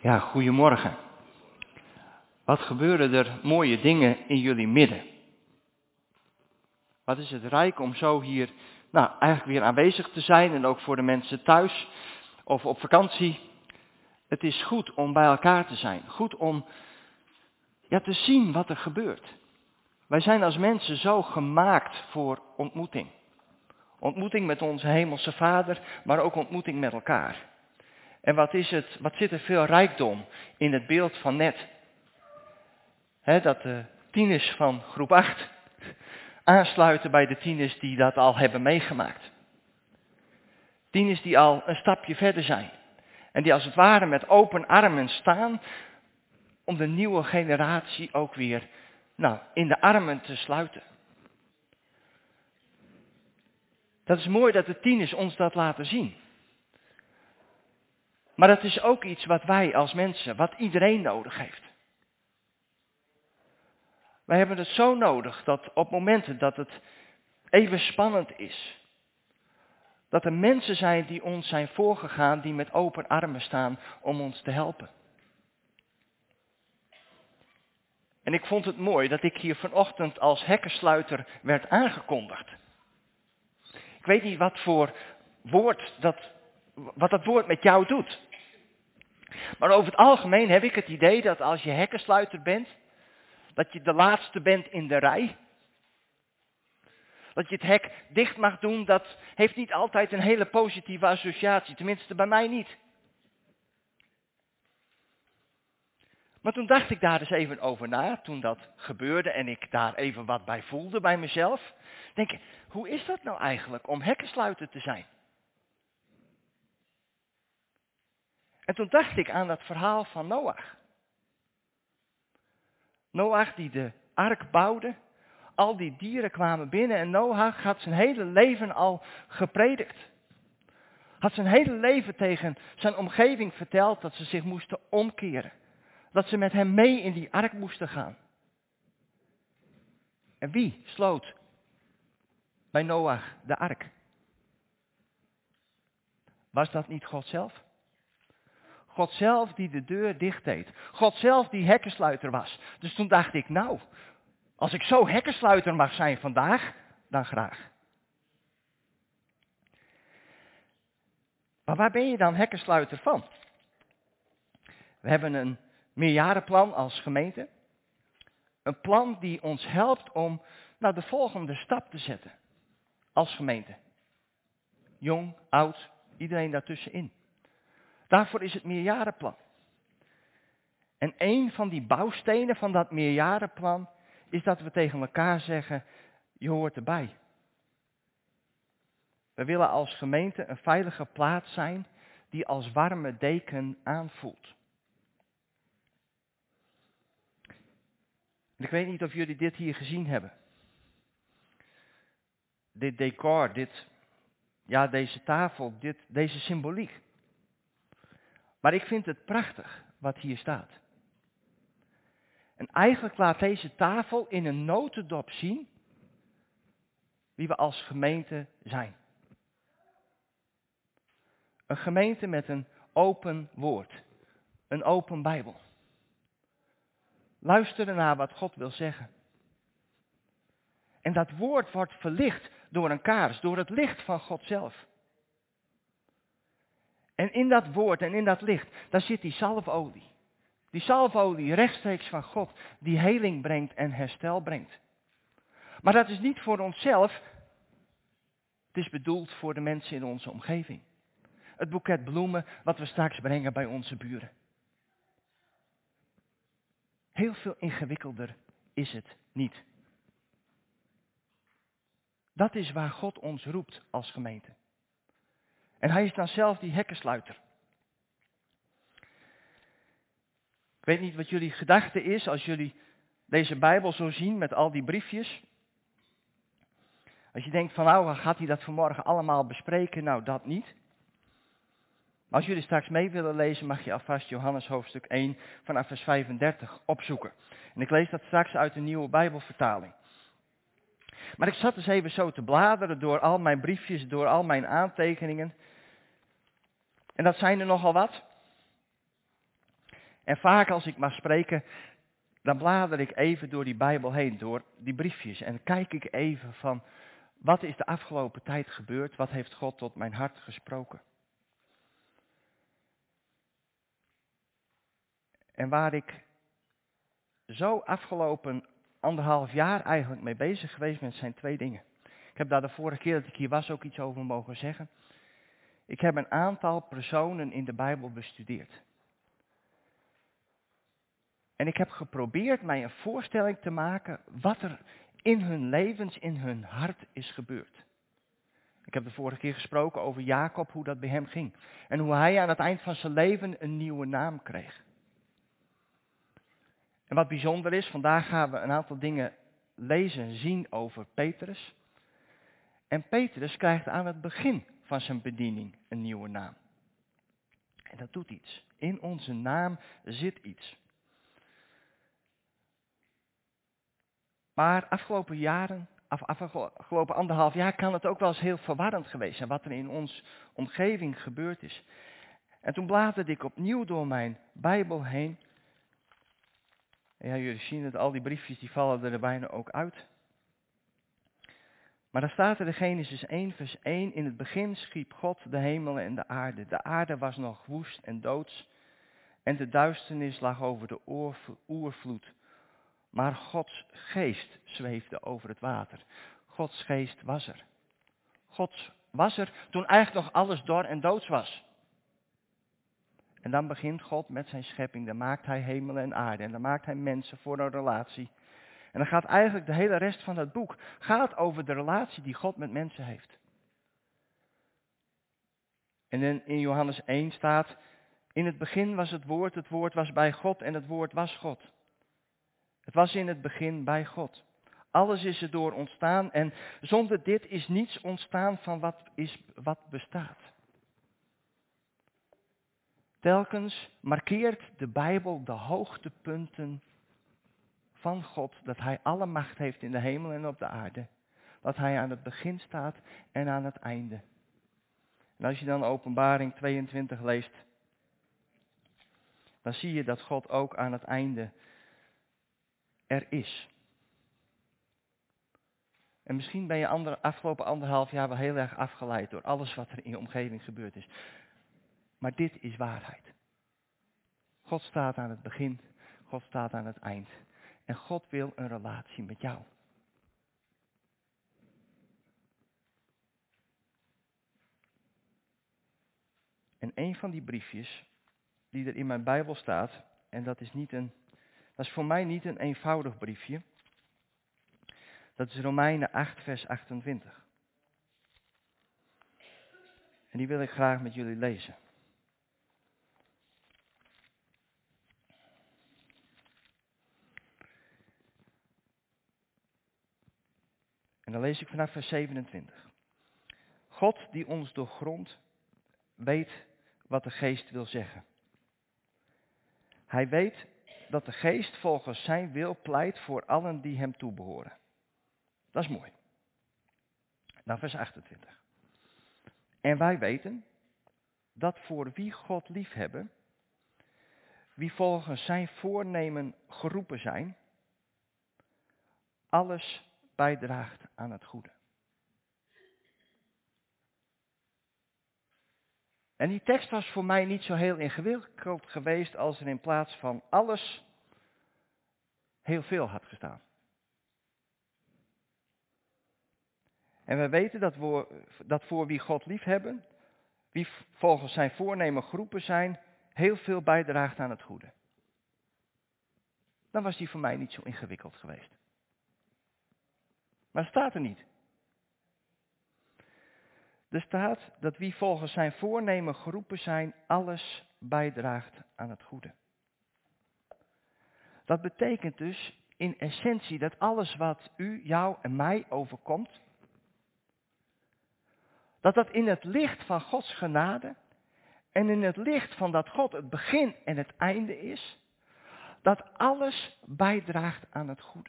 Ja, goedemorgen. Wat gebeuren er mooie dingen in jullie midden? Wat is het rijk om zo hier eigenlijk weer aanwezig te zijn en ook voor de mensen thuis of op vakantie. Het is goed om bij elkaar te zijn. Goed om te zien wat er gebeurt. Wij zijn als mensen zo gemaakt voor ontmoeting. Ontmoeting met onze hemelse Vader, maar ook ontmoeting met elkaar. En wat zit er veel rijkdom in het beeld van net. Dat de tieners van groep 8 aansluiten bij de tieners die dat al hebben meegemaakt. Tieners die al een stapje verder zijn. En die als het ware met open armen staan om de nieuwe generatie ook weer in de armen te sluiten. Dat is mooi dat de tieners ons dat laten zien. Maar dat is ook iets wat wij als mensen, wat iedereen nodig heeft. Wij hebben het zo nodig dat op momenten dat het even spannend is, dat er mensen zijn die ons zijn voorgegaan, die met open armen staan om ons te helpen. En ik vond het mooi dat ik hier vanochtend als hekkensluiter werd aangekondigd. Ik weet niet wat dat woord met jou doet. Maar over het algemeen heb ik het idee dat als je hekkensluiter bent, dat je de laatste bent in de rij. Dat je het hek dicht mag doen, dat heeft niet altijd een hele positieve associatie. Tenminste bij mij niet. Maar toen dacht ik daar eens even over na, toen dat gebeurde en ik daar even wat bij voelde bij mezelf. Denk ik, hoe is dat nou eigenlijk om hekkensluiter te zijn? En toen dacht ik aan dat verhaal van Noach. Noach die de ark bouwde, al die dieren kwamen binnen en Noach had zijn hele leven al gepredikt. Had zijn hele leven tegen zijn omgeving verteld dat ze zich moesten omkeren. Dat ze met hem mee in die ark moesten gaan. En wie sloot bij Noach de ark? Was dat niet God zelf? God zelf die de deur dicht deed. God zelf die hekkensluiter was. Dus toen dacht ik, als ik zo hekkensluiter mag zijn vandaag, dan graag. Maar waar ben je dan hekkensluiter van? We hebben een meerjarenplan als gemeente. Een plan die ons helpt om de volgende stap te zetten. Als gemeente. Jong, oud, iedereen daartussenin. Daarvoor is het meerjarenplan. En een van die bouwstenen van dat meerjarenplan is dat we tegen elkaar zeggen, je hoort erbij. We willen als gemeente een veilige plaats zijn die als warme deken aanvoelt. En ik weet niet of jullie dit hier gezien hebben. Dit decor, deze tafel, deze symboliek. Maar ik vind het prachtig wat hier staat. En eigenlijk laat deze tafel in een notendop zien wie we als gemeente zijn. Een gemeente met een open woord. Een open Bijbel. Luisteren naar wat God wil zeggen. En dat woord wordt verlicht door een kaars, door het licht van God zelf. En in dat woord en in dat licht, daar zit die zalfolie. Die zalfolie rechtstreeks van God, die heling brengt en herstel brengt. Maar dat is niet voor onszelf, het is bedoeld voor de mensen in onze omgeving. Het boeket bloemen wat we straks brengen bij onze buren. Heel veel ingewikkelder is het niet. Dat is waar God ons roept als gemeente. En hij is dan zelf die hekkensluiter. Ik weet niet wat jullie gedachte is als jullie deze Bijbel zo zien met al die briefjes. Als je denkt van gaat hij dat vanmorgen allemaal bespreken? Dat niet. Maar als jullie straks mee willen lezen, mag je alvast Johannes hoofdstuk 1 vanaf vers 35 opzoeken. En ik lees dat straks uit de nieuwe Bijbelvertaling. Maar ik zat dus even zo te bladeren door al mijn briefjes, door al mijn aantekeningen. En dat zijn er nogal wat. En vaak als ik mag spreken, dan blader ik even door die Bijbel heen, door die briefjes. En kijk ik even van, wat is de afgelopen tijd gebeurd? Wat heeft God tot mijn hart gesproken? En waar ik zo afgelopen 1,5 jaar eigenlijk mee bezig geweest ben, zijn 2 dingen. Ik heb daar de vorige keer dat ik hier was ook iets over mogen zeggen. Ik heb een aantal personen in de Bijbel bestudeerd. En ik heb geprobeerd mij een voorstelling te maken wat er in hun levens, in hun hart is gebeurd. Ik heb de vorige keer gesproken over Jacob, hoe dat bij hem ging. En hoe hij aan het eind van zijn leven een nieuwe naam kreeg. En wat bijzonder is, vandaag gaan we een aantal dingen lezen en zien over Petrus. En Petrus krijgt aan het begin van zijn bediening een nieuwe naam. En dat doet iets. In onze naam zit iets. Maar afgelopen 1,5 jaar kan het ook wel eens heel verwarrend geweest zijn wat er in onze omgeving gebeurd is. En toen bladerde ik opnieuw door mijn Bijbel heen. En ja, jullie zien het, al die briefjes die vallen er bijna ook uit. Maar dan staat er in Genesis 1 vers 1, in het begin schiep God de hemelen en de aarde. De aarde was nog woest en doods en de duisternis lag over de oervloed. Maar Gods geest zweefde over het water. Gods geest was er. God was er toen eigenlijk nog alles dor en doods was. En dan begint God met zijn schepping. Dan maakt hij hemelen en aarde. En dan maakt hij mensen voor een relatie. En dan gaat eigenlijk de hele rest van het boek gaat over de relatie die God met mensen heeft. En in Johannes 1 staat, in het begin was het woord was bij God en het woord was God. Het was in het begin bij God. Alles is erdoor ontstaan en zonder dit is niets ontstaan van wat bestaat. Telkens markeert de Bijbel de hoogtepunten van God, dat hij alle macht heeft in de hemel en op de aarde. Dat hij aan het begin staat en aan het einde. En als je dan Openbaring 22 leest, dan zie je dat God ook aan het einde er is. En misschien ben je afgelopen 1,5 jaar wel heel erg afgeleid door alles wat er in je omgeving gebeurd is. Maar dit is waarheid. God staat aan het begin, God staat aan het eind. En God wil een relatie met jou. En een van die briefjes die er in mijn Bijbel staat, en dat is voor mij niet een eenvoudig briefje. Dat is Romeinen 8 vers 28. En die wil ik graag met jullie lezen. En dan lees ik vanaf vers 27. God die ons doorgrondt, weet wat de geest wil zeggen. Hij weet dat de geest volgens zijn wil pleit voor allen die hem toebehoren. Dat is mooi. Dan vers 28. En wij weten dat voor wie God liefhebben, wie volgens zijn voornemen geroepen zijn, alles bijdraagt aan het goede. En die tekst was voor mij niet zo heel ingewikkeld geweest als er in plaats van alles heel veel had gestaan. En we weten dat voor wie God liefhebben, wie volgens zijn voornemen geroepen zijn, heel veel bijdraagt aan het goede. Dan was die voor mij niet zo ingewikkeld geweest. Maar het staat er niet. Er staat dat wie volgens zijn voornemen geroepen zijn, alles bijdraagt aan het goede. Dat betekent dus in essentie dat alles wat u, jou en mij overkomt, dat in het licht van Gods genade en in het licht van dat God het begin en het einde is, dat alles bijdraagt aan het goede.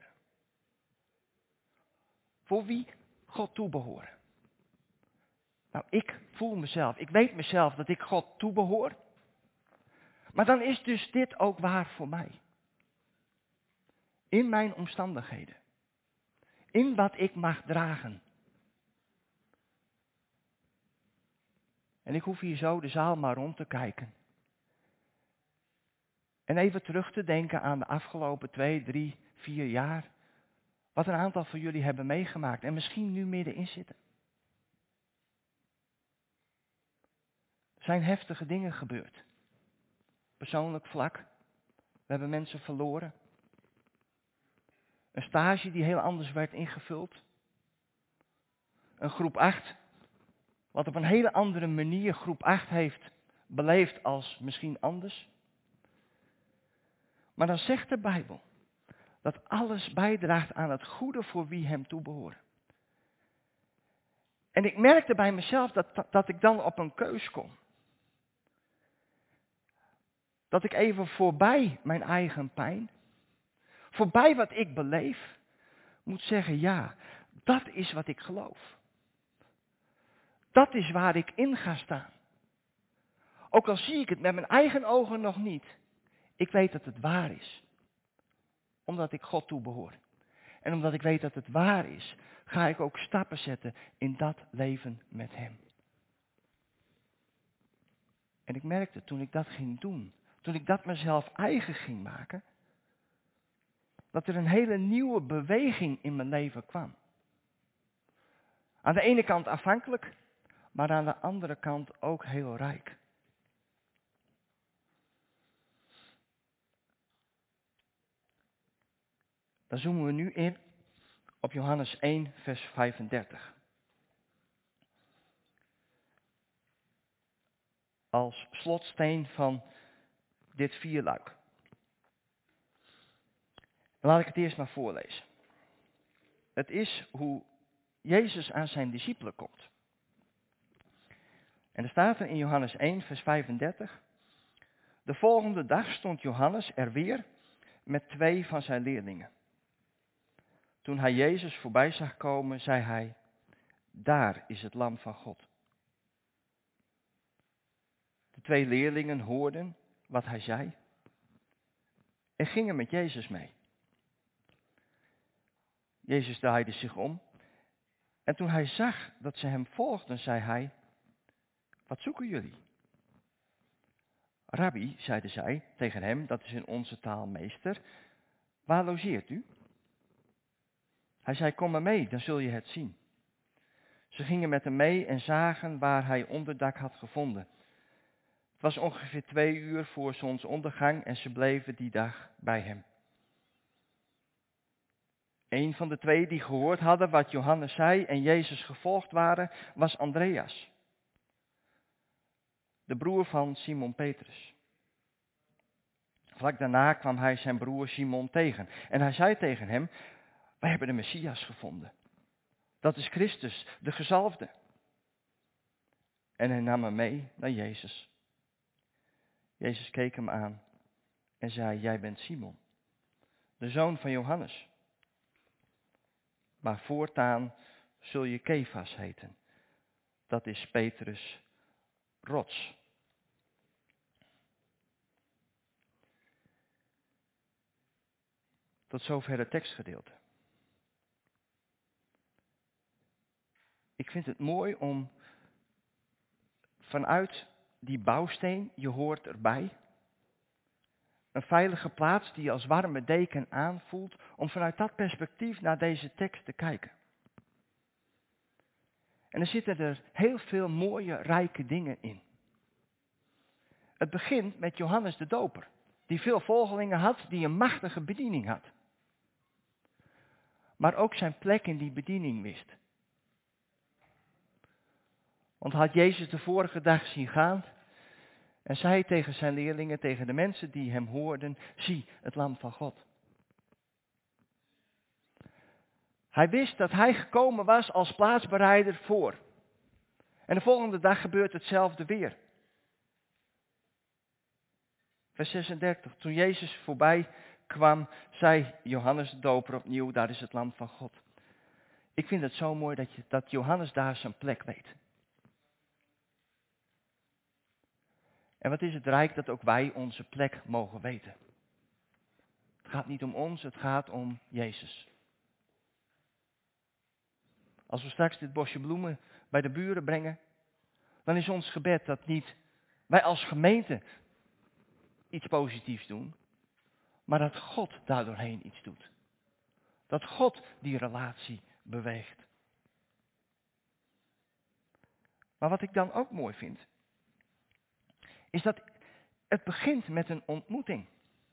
Voor wie God toebehoren. Nou, ik voel mezelf, ik weet mezelf dat ik God toebehoor. Maar dan is dus dit ook waar voor mij. In mijn omstandigheden. In wat ik mag dragen. En ik hoef hier zo de zaal maar rond te kijken. En even terug te denken aan de afgelopen 2, 3, 4 jaar. Wat een aantal van jullie hebben meegemaakt en misschien nu middenin zitten. Er zijn heftige dingen gebeurd. Persoonlijk vlak. We hebben mensen verloren. Een stage die heel anders werd ingevuld. Een groep 8, wat op een hele andere manier groep 8 heeft beleefd als misschien anders. Maar dan zegt de Bijbel dat alles bijdraagt aan het goede voor wie hem toebehoren. En ik merkte bij mezelf dat ik dan op een keus kom. Dat ik even voorbij mijn eigen pijn, voorbij wat ik beleef, moet zeggen, ja, dat is wat ik geloof. Dat is waar ik in ga staan. Ook al zie ik het met mijn eigen ogen nog niet, ik weet dat het waar is. Omdat ik God toebehoor. En omdat ik weet dat het waar is, ga ik ook stappen zetten in dat leven met hem. En ik merkte toen ik dat ging doen, toen ik dat mezelf eigen ging maken, dat er een hele nieuwe beweging in mijn leven kwam. Aan de ene kant afhankelijk, maar aan de andere kant ook heel rijk. Dan zoomen we nu in op Johannes 1, vers 35. Als slotsteen van dit vierluik. Laat ik het eerst maar voorlezen. Het is hoe Jezus aan zijn discipelen komt. En er staat er in Johannes 1, vers 35. De volgende dag stond Johannes er weer met 2 van zijn leerlingen. Toen hij Jezus voorbij zag komen, zei hij, daar is het lam van God. De 2 leerlingen hoorden wat hij zei en gingen met Jezus mee. Jezus draaide zich om en toen hij zag dat ze hem volgden, zei hij, wat zoeken jullie? Rabbi, zeiden zij tegen hem, dat is in onze taal meester, waar logeert u? Hij zei, kom maar mee, dan zul je het zien. Ze gingen met hem mee en zagen waar hij onderdak had gevonden. Het was ongeveer 2 uur voor zonsondergang en ze bleven die dag bij hem. Een van de 2 die gehoord hadden wat Johannes zei en Jezus gevolgd waren, was Andreas. De broer van Simon Petrus. Vlak daarna kwam hij zijn broer Simon tegen. En hij zei tegen hem, wij hebben de Messias gevonden. Dat is Christus, de gezalfde. En hij nam hem mee naar Jezus. Jezus keek hem aan en zei, jij bent Simon, de zoon van Johannes. Maar voortaan zul je Kefas heten. Dat is Petrus, rots. Tot zover het tekstgedeelte. Ik vind het mooi om vanuit die bouwsteen, je hoort erbij, een veilige plaats die je als warme deken aanvoelt, om vanuit dat perspectief naar deze tekst te kijken. En er zitten er heel veel mooie, rijke dingen in. Het begint met Johannes de Doper, die veel volgelingen had, die een machtige bediening had. Maar ook zijn plek in die bediening wist. Want had Jezus de vorige dag zien gaan en zei tegen zijn leerlingen, tegen de mensen die hem hoorden, zie het lam van God. Hij wist dat hij gekomen was als plaatsbereider voor. En de volgende dag gebeurt hetzelfde weer. Vers 36. Toen Jezus voorbij kwam, zei Johannes de Doper opnieuw, daar is het lam van God. Ik vind het zo mooi dat Johannes daar zijn plek weet. En wat is het rijk dat ook wij onze plek mogen weten. Het gaat niet om ons, het gaat om Jezus. Als we straks dit bosje bloemen bij de buren brengen, dan is ons gebed dat niet wij als gemeente iets positiefs doen, maar dat God daardoorheen iets doet. Dat God die relatie beweegt. Maar wat ik dan ook mooi vind, is dat het begint met een ontmoeting.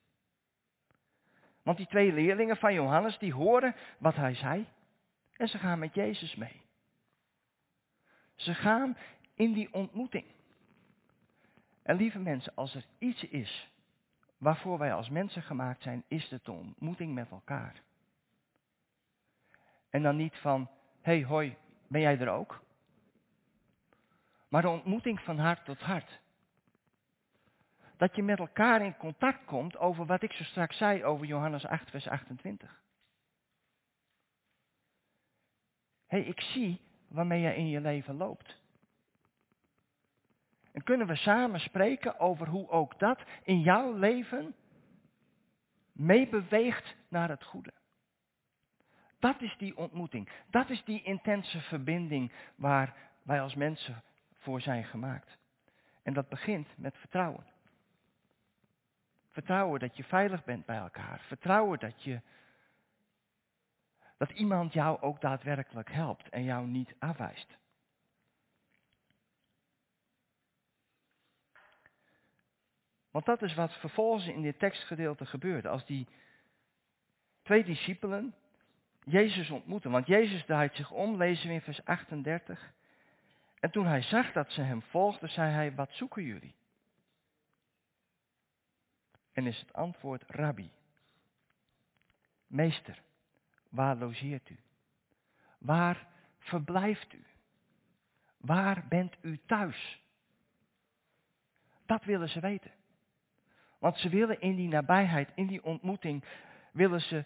Want die 2 leerlingen van Johannes, die horen wat hij zei en ze gaan met Jezus mee. Ze gaan in die ontmoeting. En lieve mensen, als er iets is waarvoor wij als mensen gemaakt zijn, is het de ontmoeting met elkaar. En dan niet van, hey hoi, ben jij er ook? Maar de ontmoeting van hart tot hart. Dat je met elkaar in contact komt over wat ik zo straks zei over Johannes 8 vers 28. Hey, ik zie waarmee je in je leven loopt. En kunnen we samen spreken over hoe ook dat in jouw leven meebeweegt naar het goede. Dat is die ontmoeting. Dat is die intense verbinding waar wij als mensen voor zijn gemaakt. En dat begint met vertrouwen. Vertrouwen dat je veilig bent bij elkaar. Vertrouwen dat iemand jou ook daadwerkelijk helpt en jou niet afwijst. Want dat is wat vervolgens in dit tekstgedeelte gebeurde. Als die 2 discipelen Jezus ontmoeten. Want Jezus draait zich om, lezen we in vers 38. En toen hij zag dat ze hem volgden, zei hij, wat zoeken jullie? En is het antwoord, Rabbi, meester, waar logeert u? Waar verblijft u? Waar bent u thuis? Dat willen ze weten. Want ze willen in die nabijheid, in die ontmoeting, willen ze,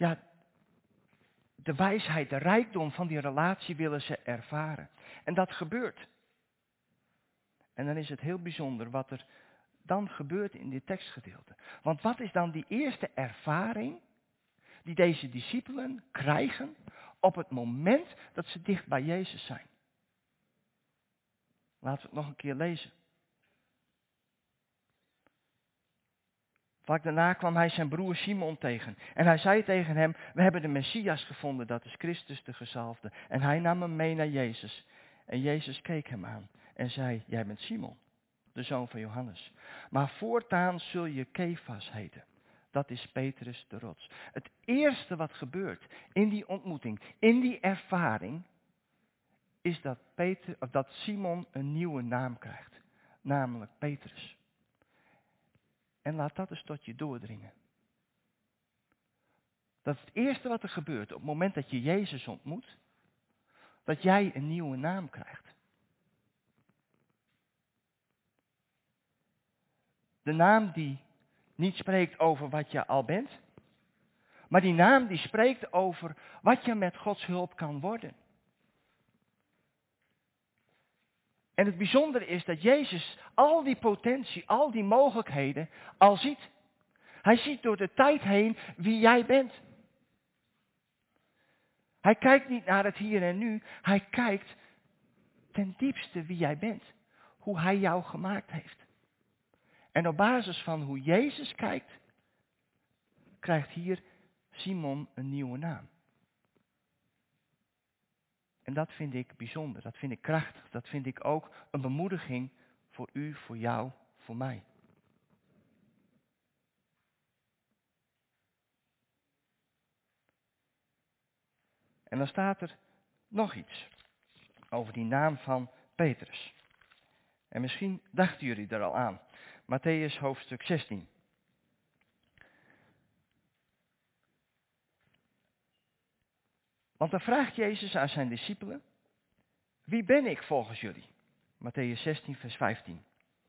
de wijsheid, de rijkdom van die relatie willen ze ervaren. En dat gebeurt. En dan is het heel bijzonder wat er dan gebeurt in dit tekstgedeelte. Want wat is dan die eerste ervaring die deze discipelen krijgen op het moment dat ze dicht bij Jezus zijn? Laten we het nog een keer lezen. Vlak daarna kwam hij zijn broer Simon tegen. En hij zei tegen hem, we hebben de Messias gevonden, dat is Christus de gezalfde. En hij nam hem mee naar Jezus. En Jezus keek hem aan en zei, jij bent Simon, de zoon van Johannes. Maar voortaan zul je Kefas heten. Dat is Petrus de rots. Het eerste wat gebeurt in die ontmoeting, in die ervaring, is dat Simon een nieuwe naam krijgt. Namelijk Petrus. En laat dat eens tot je doordringen. Dat is het eerste wat er gebeurt op het moment dat je Jezus ontmoet. Dat jij een nieuwe naam krijgt. De naam die niet spreekt over wat je al bent. Maar die naam die spreekt over wat je met Gods hulp kan worden. En het bijzondere is dat Jezus al die potentie, al die mogelijkheden al ziet. Hij ziet door de tijd heen wie jij bent. Hij kijkt niet naar het hier en nu. Hij kijkt ten diepste wie jij bent. Hoe hij jou gemaakt heeft. En op basis van hoe Jezus kijkt, krijgt hier Simon een nieuwe naam. En dat vind ik bijzonder, dat vind ik krachtig, dat vind ik ook een bemoediging voor u, voor jou, voor mij. En dan staat er nog iets over die naam van Petrus. En misschien dachten jullie er al aan. Mattheüs hoofdstuk 16. Want dan vraagt Jezus aan zijn discipelen, wie ben ik volgens jullie? Mattheüs 16 vers 15.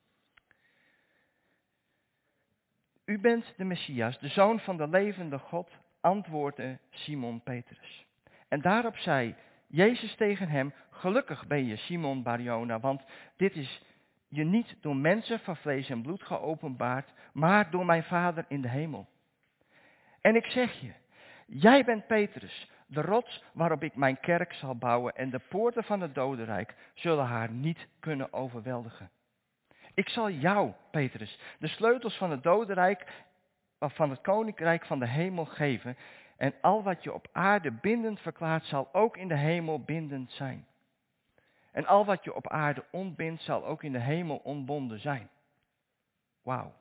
U bent de Messias, de zoon van de levende God, antwoordde Simon Petrus. En daarop zei Jezus tegen hem, gelukkig ben je Simon Barjona, want dit is je niet door mensen van vlees en bloed geopenbaard, maar door mijn Vader in de hemel. En ik zeg je, jij bent Petrus, de rots waarop ik mijn kerk zal bouwen en de poorten van het dodenrijk zullen haar niet kunnen overweldigen. Ik zal jou, Petrus, de sleutels van het dodenrijk, van het koninkrijk van de hemel geven en al wat je op aarde bindend verklaart zal ook in de hemel bindend zijn. En al wat je op aarde ontbindt zal ook in de hemel ontbonden zijn. Wauw.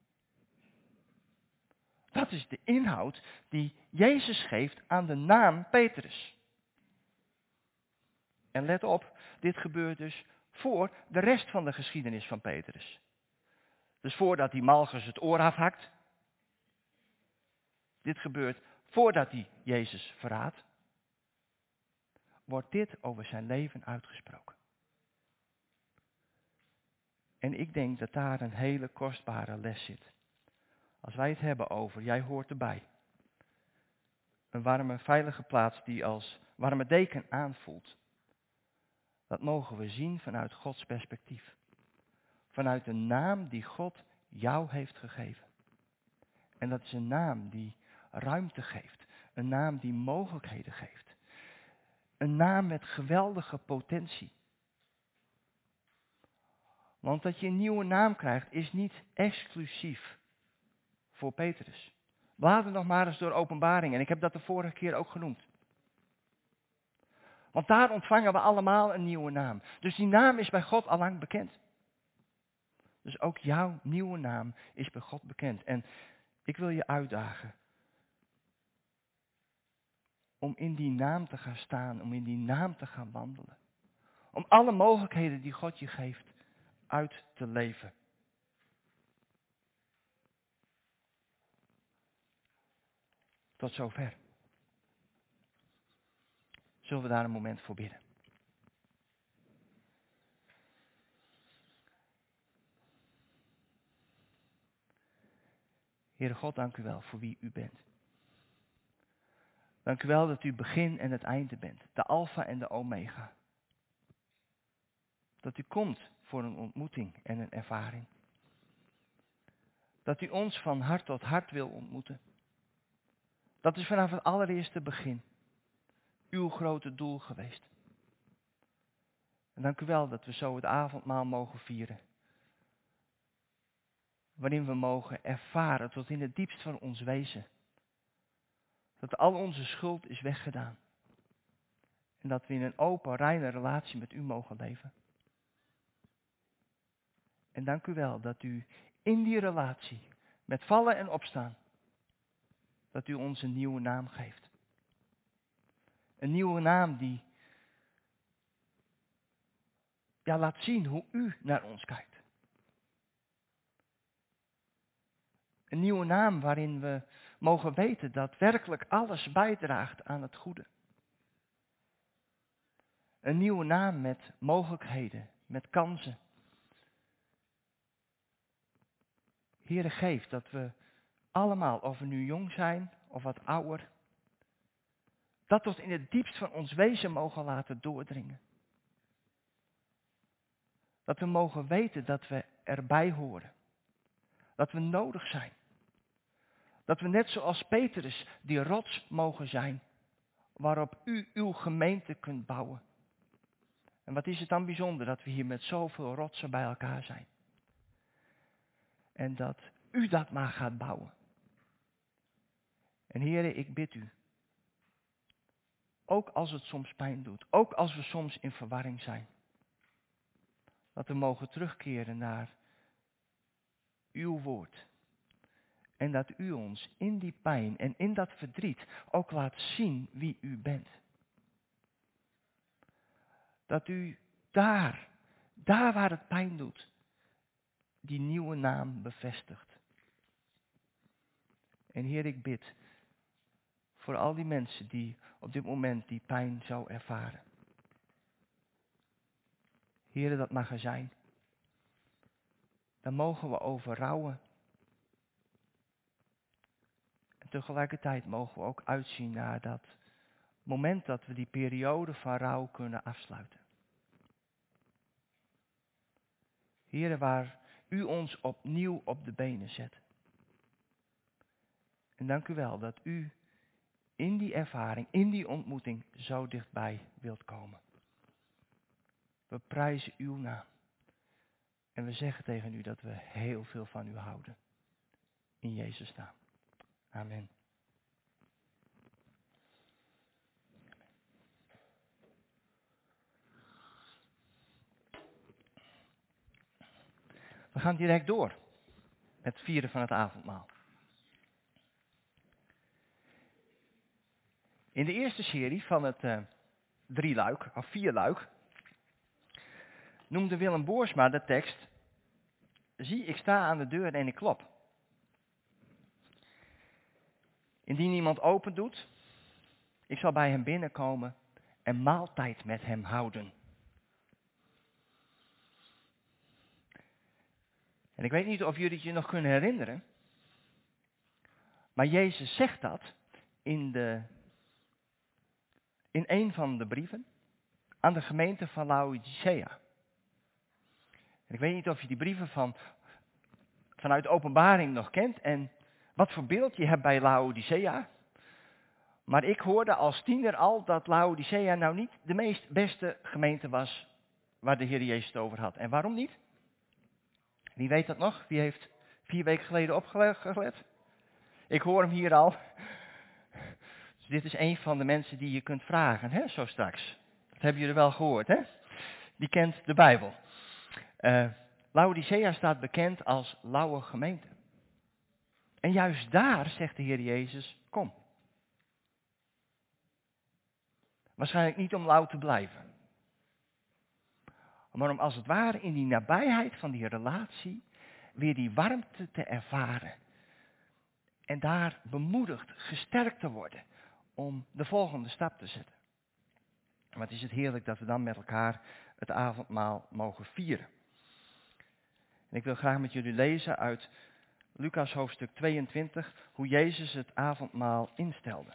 Dat is de inhoud die Jezus geeft aan de naam Petrus. En let op, dit gebeurt dus voor de rest van de geschiedenis van Petrus. Dus voordat hij Malchus het oor afhakt. Dit gebeurt voordat hij Jezus verraadt. Wordt dit over zijn leven uitgesproken. En ik denk dat daar een hele kostbare les zit. Als wij het hebben over, jij hoort erbij. Een warme, veilige plaats die als warme deken aanvoelt. Dat mogen we zien vanuit Gods perspectief. Vanuit de naam die God jou heeft gegeven. En dat is een naam die ruimte geeft. Een naam die mogelijkheden geeft. Een naam met geweldige potentie. Want dat je een nieuwe naam krijgt is niet exclusief voor Petrus. Blader nog maar eens door Openbaring. En ik heb dat de vorige keer ook genoemd. Want daar ontvangen we allemaal een nieuwe naam. Dus die naam is bij God al lang bekend. Dus ook jouw nieuwe naam is bij God bekend. En ik wil je uitdagen om in die naam te gaan staan, om in die naam te gaan wandelen. Om alle mogelijkheden die God je geeft uit te leven. Tot zover. Zullen we daar een moment voor bidden? Heere God, dank u wel voor wie u bent. Dank u wel dat u het begin en het einde bent. De alfa en de omega. Dat u komt voor een ontmoeting en een ervaring. Dat u ons van hart tot hart wil ontmoeten. Dat is vanaf het allereerste begin uw grote doel geweest. En dank u wel dat we zo het avondmaal mogen vieren. Waarin we mogen ervaren tot in het diepst van ons wezen. Dat al onze schuld is weggedaan. En dat we in een open, reine relatie met u mogen leven. En dank u wel dat u in die relatie, met vallen en opstaan, dat u ons een nieuwe naam geeft. Een nieuwe naam die laat zien hoe u naar ons kijkt. Een nieuwe naam waarin we mogen weten dat werkelijk alles bijdraagt aan het goede. Een nieuwe naam met mogelijkheden, met kansen. Heere, geef dat we allemaal, of we nu jong zijn of wat ouder, dat tot in het diepst van ons wezen mogen laten doordringen. Dat we mogen weten dat we erbij horen. Dat we nodig zijn. Dat we net zoals Petrus die rots mogen zijn, waarop u uw gemeente kunt bouwen. En wat is het dan bijzonder dat we hier met zoveel rotsen bij elkaar zijn. En dat u dat maar gaat bouwen. En Heere, ik bid u, ook als het soms pijn doet, ook als we soms in verwarring zijn, dat we mogen terugkeren naar uw woord. En dat u ons in die pijn en in dat verdriet ook laat zien wie u bent. Dat u daar waar het pijn doet, die nieuwe naam bevestigt. En Heer, ik bid voor al die mensen die op dit moment die pijn zo ervaren. Heer, dat mag er zijn. Dan mogen we over rouwen. En tegelijkertijd mogen we ook uitzien naar dat moment dat we die periode van rouw kunnen afsluiten. Heere, waar u ons opnieuw op de benen zet. En dank u wel dat u in die ervaring, in die ontmoeting zo dichtbij wilt komen. We prijzen uw naam. En we zeggen tegen u dat we heel veel van u houden. In Jezus' naam. Amen. We gaan direct door met het vieren van het avondmaal. In de eerste serie van het 4-luik, noemde Willem Boersma de tekst: zie, ik sta aan de deur en ik klop. Indien iemand open doet, ik zal bij hem binnenkomen en maaltijd met hem houden. En ik weet niet of jullie het je nog kunnen herinneren, maar Jezus zegt dat in een van de brieven aan de gemeente van Laodicea. En ik weet niet of je die brieven vanuit de Openbaring nog kent en wat voor beeld je hebt bij Laodicea. Maar ik hoorde als tiener al dat Laodicea nou niet de meest beste gemeente was waar de Heer Jezus het over had. En waarom niet? Wie weet dat nog? Wie heeft 4 weken geleden opgelet? Ik hoor hem hier al. Dus dit is een van de mensen die je kunt vragen, hè, zo straks. Dat hebben jullie wel gehoord, hè? Die kent de Bijbel. Laodicea staat bekend als lauwe gemeente. En juist daar zegt de Heer Jezus, kom. Waarschijnlijk niet om lauw te blijven. Maar om als het ware in die nabijheid van die relatie weer die warmte te ervaren. En daar bemoedigd, gesterkt te worden om de volgende stap te zetten. En wat is het heerlijk dat we dan met elkaar het avondmaal mogen vieren. En ik wil graag met jullie lezen uit Lucas hoofdstuk 22, hoe Jezus het avondmaal instelde.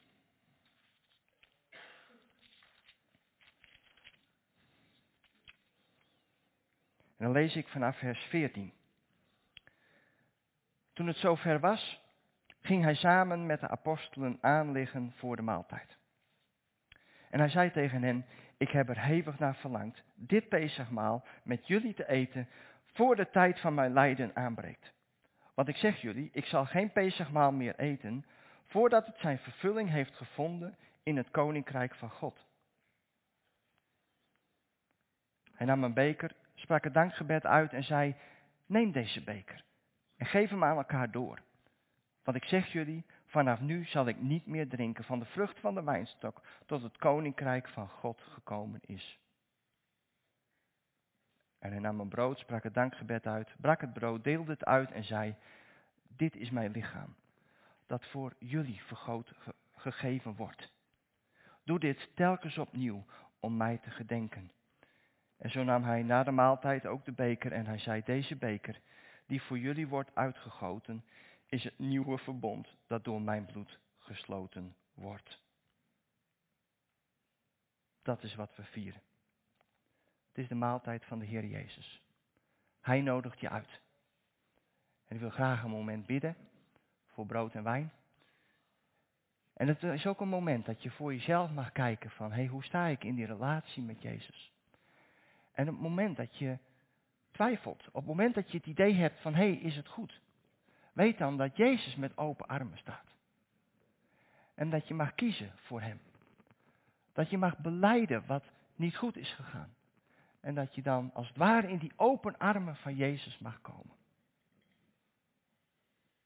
En dan lees ik vanaf vers 14. Toen het zover was, ging hij samen met de apostelen aanliggen voor de maaltijd. En hij zei tegen hen, ik heb er hevig naar verlangd dit Pesachmaal met jullie te eten voor de tijd van mijn lijden aanbreekt. Want ik zeg jullie, ik zal geen Pesachmaal meer eten voordat het zijn vervulling heeft gevonden in het koninkrijk van God. Hij nam een beker, sprak het dankgebed uit en zei, neem deze beker en geef hem aan elkaar door. Want ik zeg jullie, vanaf nu zal ik niet meer drinken van de vrucht van de wijnstok tot het koninkrijk van God gekomen is. En hij nam een brood, sprak het dankgebed uit, brak het brood, deelde het uit en zei, dit is mijn lichaam, dat voor jullie gegeven wordt. Doe dit telkens opnieuw om mij te gedenken. En zo nam hij na de maaltijd ook de beker en hij zei, deze beker die voor jullie wordt uitgegoten, is het nieuwe verbond dat door mijn bloed gesloten wordt. Dat is wat we vieren. Het is de maaltijd van de Heer Jezus. Hij nodigt je uit. En ik wil graag een moment bidden voor brood en wijn. En het is ook een moment dat je voor jezelf mag kijken van, hoe sta ik in die relatie met Jezus? En op het moment dat je twijfelt, op het moment dat je het idee hebt van, is het goed? Weet dan dat Jezus met open armen staat. En dat je mag kiezen voor hem. Dat je mag belijden wat niet goed is gegaan. En dat je dan als het ware in die open armen van Jezus mag komen.